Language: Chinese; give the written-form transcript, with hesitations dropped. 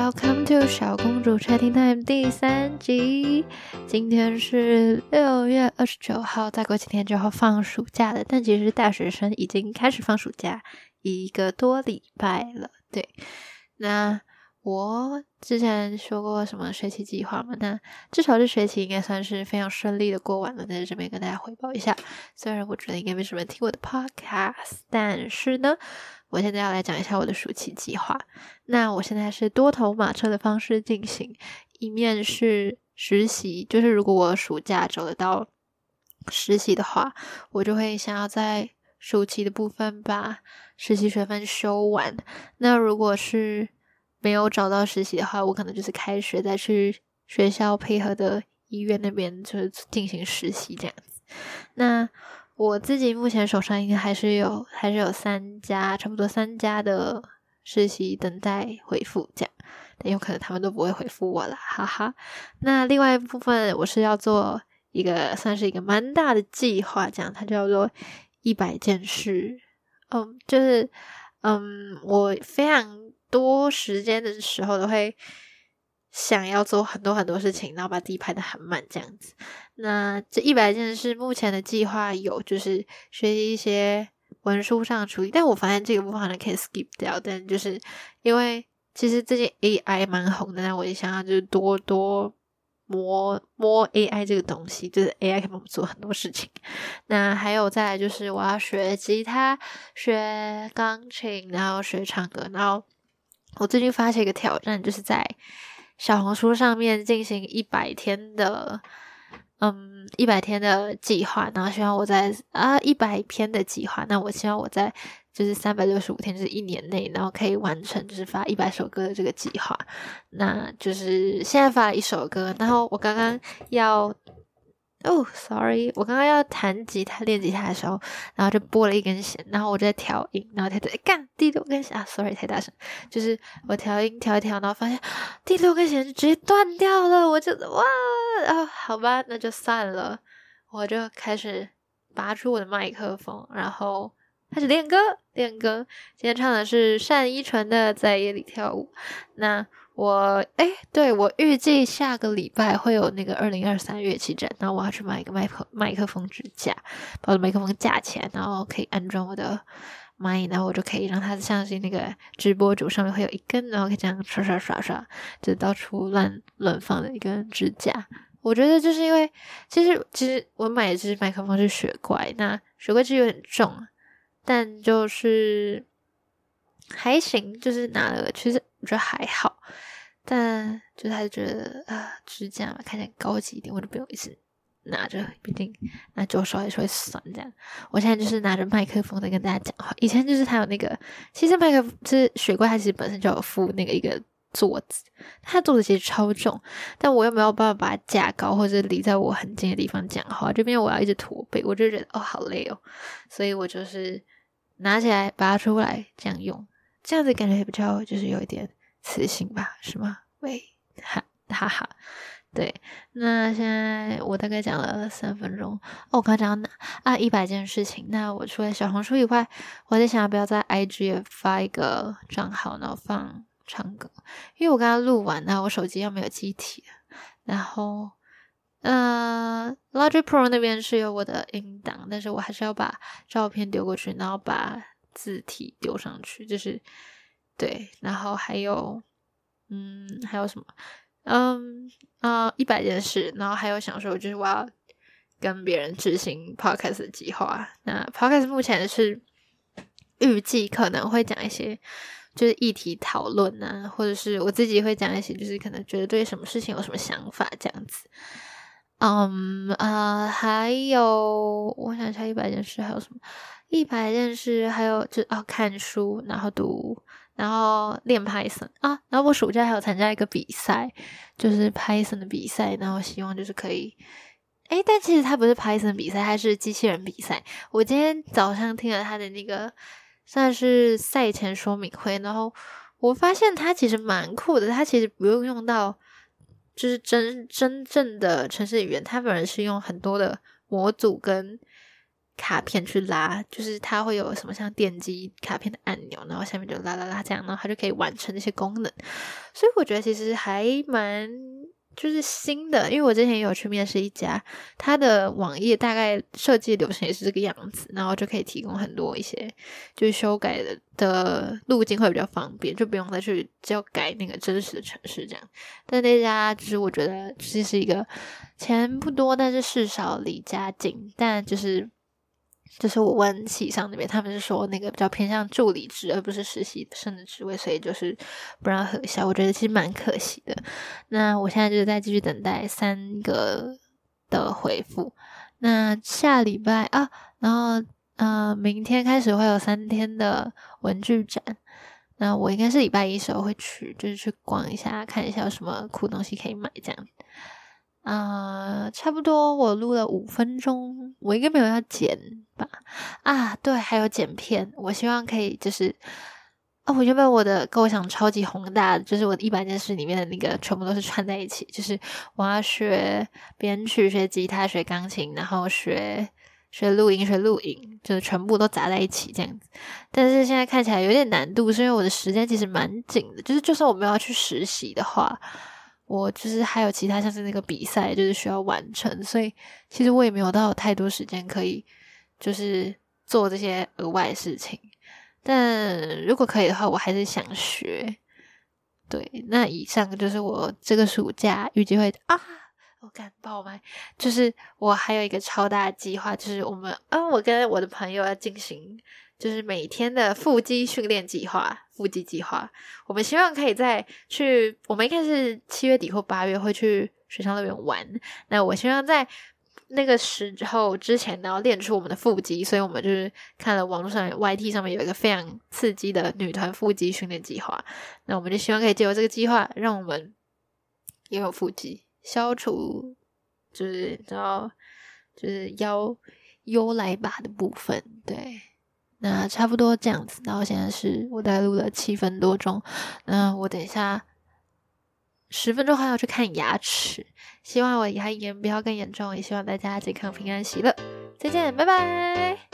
Welcome to 小公主 Chatting Time 第3集。今天是6月29号，再过几天就要放暑假了，但其实大学生已经开始放暑假1个多礼拜了。对，那我之前说过什么学期计划嘛，那至少这学期应该算是非常顺利的过完了，在这边跟大家汇报一下。虽然我觉得应该没什么人听我的 podcast， 但是呢我现在要来讲一下我的暑期计划。那我现在是多头马车的方式进行，一面是实习，就是如果我暑假走得到实习的话，我就会想要在暑期的部分把实习学分修完。那如果是没有找到实习的话，我可能就是开学再去学校配合的医院那边就是进行实习这样子。那我自己目前手上应该还是有3家，差不多3家的实习等待回复这样，但有可能他们都不会回复我啦，哈哈。那另外一部分我是要做一个算是一个蛮大的计划，这样它叫做100件事。我非常多时间的时候都会想要做很多很多事情，然后把自己排得很满这样子。那这100件事目前的计划有就是学习一些文书上的处理，但我发现这个部分可能可以 skip 掉，但就是因为其实最近 AI 蛮红的，那我也想要就是多摸 AI 这个东西，就是 AI 可以帮我们做很多事情。那还有再来就是我要学吉他、学钢琴，然后学唱歌。然后我最近发起一个挑战，就是在小红书上面进行100天的计划，然后希望我在100篇的计划，那我希望我在就是365天，就是1年内，然后可以完成就是发100首歌的这个计划。那就是现在发了1首歌，然后我刚刚要我刚刚要弹吉他练吉他的时候，然后就拨了一根弦，然后我就在调音，然后干第6根弦sorry 太大声，就是我调音调一调，然后发现第6根弦就直接断掉了，我就好吧，那就算了，我就开始拔出我的麦克风，然后开始练歌。今天唱的是单依纯的《在夜里跳舞》。那我预计下个礼拜会有那个2023乐器展，然后我要去买一个麦克风支架，把我的麦克风架起来，然后可以安装我的麦，然后我就可以让它像是那个直播主上面会有一根，然后可以这样刷，就到处乱放的一根支架。我觉得就是因为其实我买的这支麦克风是雪怪，那雪怪其实有点重，但就是还行，就是拿了其实我觉得还好，但就是还是觉得支架嘛看起来高级一点，我就不用一直拿着，毕竟拿久手还是会酸这样。我现在就是拿着麦克风在跟大家讲话，以前就是它有那个，其实麦克风就是雪怪它其实本身就有附那个一个座子，它的座子其实超重，但我又没有办法把它架高或者离在我很近的地方讲话，这边我要一直驼背，我就觉得好累哦，所以我就是拿起来拔出来这样用，这样子感觉也比较就是有一点磁性吧，是吗？喂，哈哈。对，那现在我大概讲了3分钟。我刚刚讲到100件事情。那我除了小红书以外，我在想要不要在 IG 也发一个账号，然后放唱歌，因为我刚刚录完，那我手机又没有记体了。然后Logic Pro 那边是有我的音档，但是我还是要把照片丢过去，然后把字体丢上去，就是对，然后还有什么100件事，然后还有想说就是我要跟别人执行 podcast 的计划。那 podcast 目前是预计可能会讲一些就是议题讨论啊，或者是我自己会讲一些就是可能觉得对什么事情有什么想法这样子。还有我想一下100件事还有什么，100件事还有就看书，然后读，然后练 Python 然后我暑假还有参加一个比赛，就是 Python 的比赛，然后希望就是可以但其实它不是 Python 比赛，它是机器人比赛。我今天早上听了他的那个算是赛前说明会，然后我发现它其实蛮酷的，它其实不用到就是真正的程式语言，它反而是用很多的模组跟卡片去拉，就是它会有什么像电击卡片的按钮，然后下面就拉拉拉这样，然后它就可以完成这些功能。所以我觉得其实还蛮就是新的，因为我之前也有去面试一家，它的网页大概设计流程也是这个样子，然后就可以提供很多一些就是修改的路径会比较方便，就不用再去只有改那个真实的程式这样。但那家就是我觉得其实是一个钱不多，但是事少离家近，但就是我问系上那边，他们是说那个比较偏向助理职，而不是实习生的职位，所以就是不让核销，我觉得其实蛮可惜的。那我现在就是在继续等待3个的回复。那下礼拜啊，然后明天开始会有3天的文具展。那我应该是礼拜1时候会去，就是去逛一下，看一下有什么酷东西可以买这样。差不多我录了5分钟，我应该没有要剪吧？对，还有剪片，我希望可以就是我原本我的构想超级宏大的，就是我的100件事里面的那个全部都是串在一起，就是我要学编曲、学吉他、学钢琴，然后学录音、学录影，就是全部都砸在一起这样子。但是现在看起来有点难度，是因为我的时间其实蛮紧的，就算我没有要去实习的话，我就是还有其他像是那个比赛就是需要完成，所以其实我也没有到太多时间可以就是做这些额外的事情。但如果可以的话，我还是想学。对，那以上就是我这个暑假预计会我敢爆麦，就是我还有一个超大的计划，就是我跟我的朋友要进行就是每天的腹肌训练计划，腹肌计划。我们希望可以我们应该是7月底或8月会去水上乐园玩，那我希望在那个时候之前然后练出我们的腹肌，所以我们就是看了网络上 YT 上面有一个非常刺激的女团腹肌训练计划，那我们就希望可以借由这个计划让我们也有腹肌，消除就是你知道就是腰来吧的部分。对，那差不多这样子，然后现在是我大概录了7分多钟，那我等一下10分钟后要去看牙齿，希望我牙龈不要更严重，也希望大家健康平安喜乐，再见，拜拜。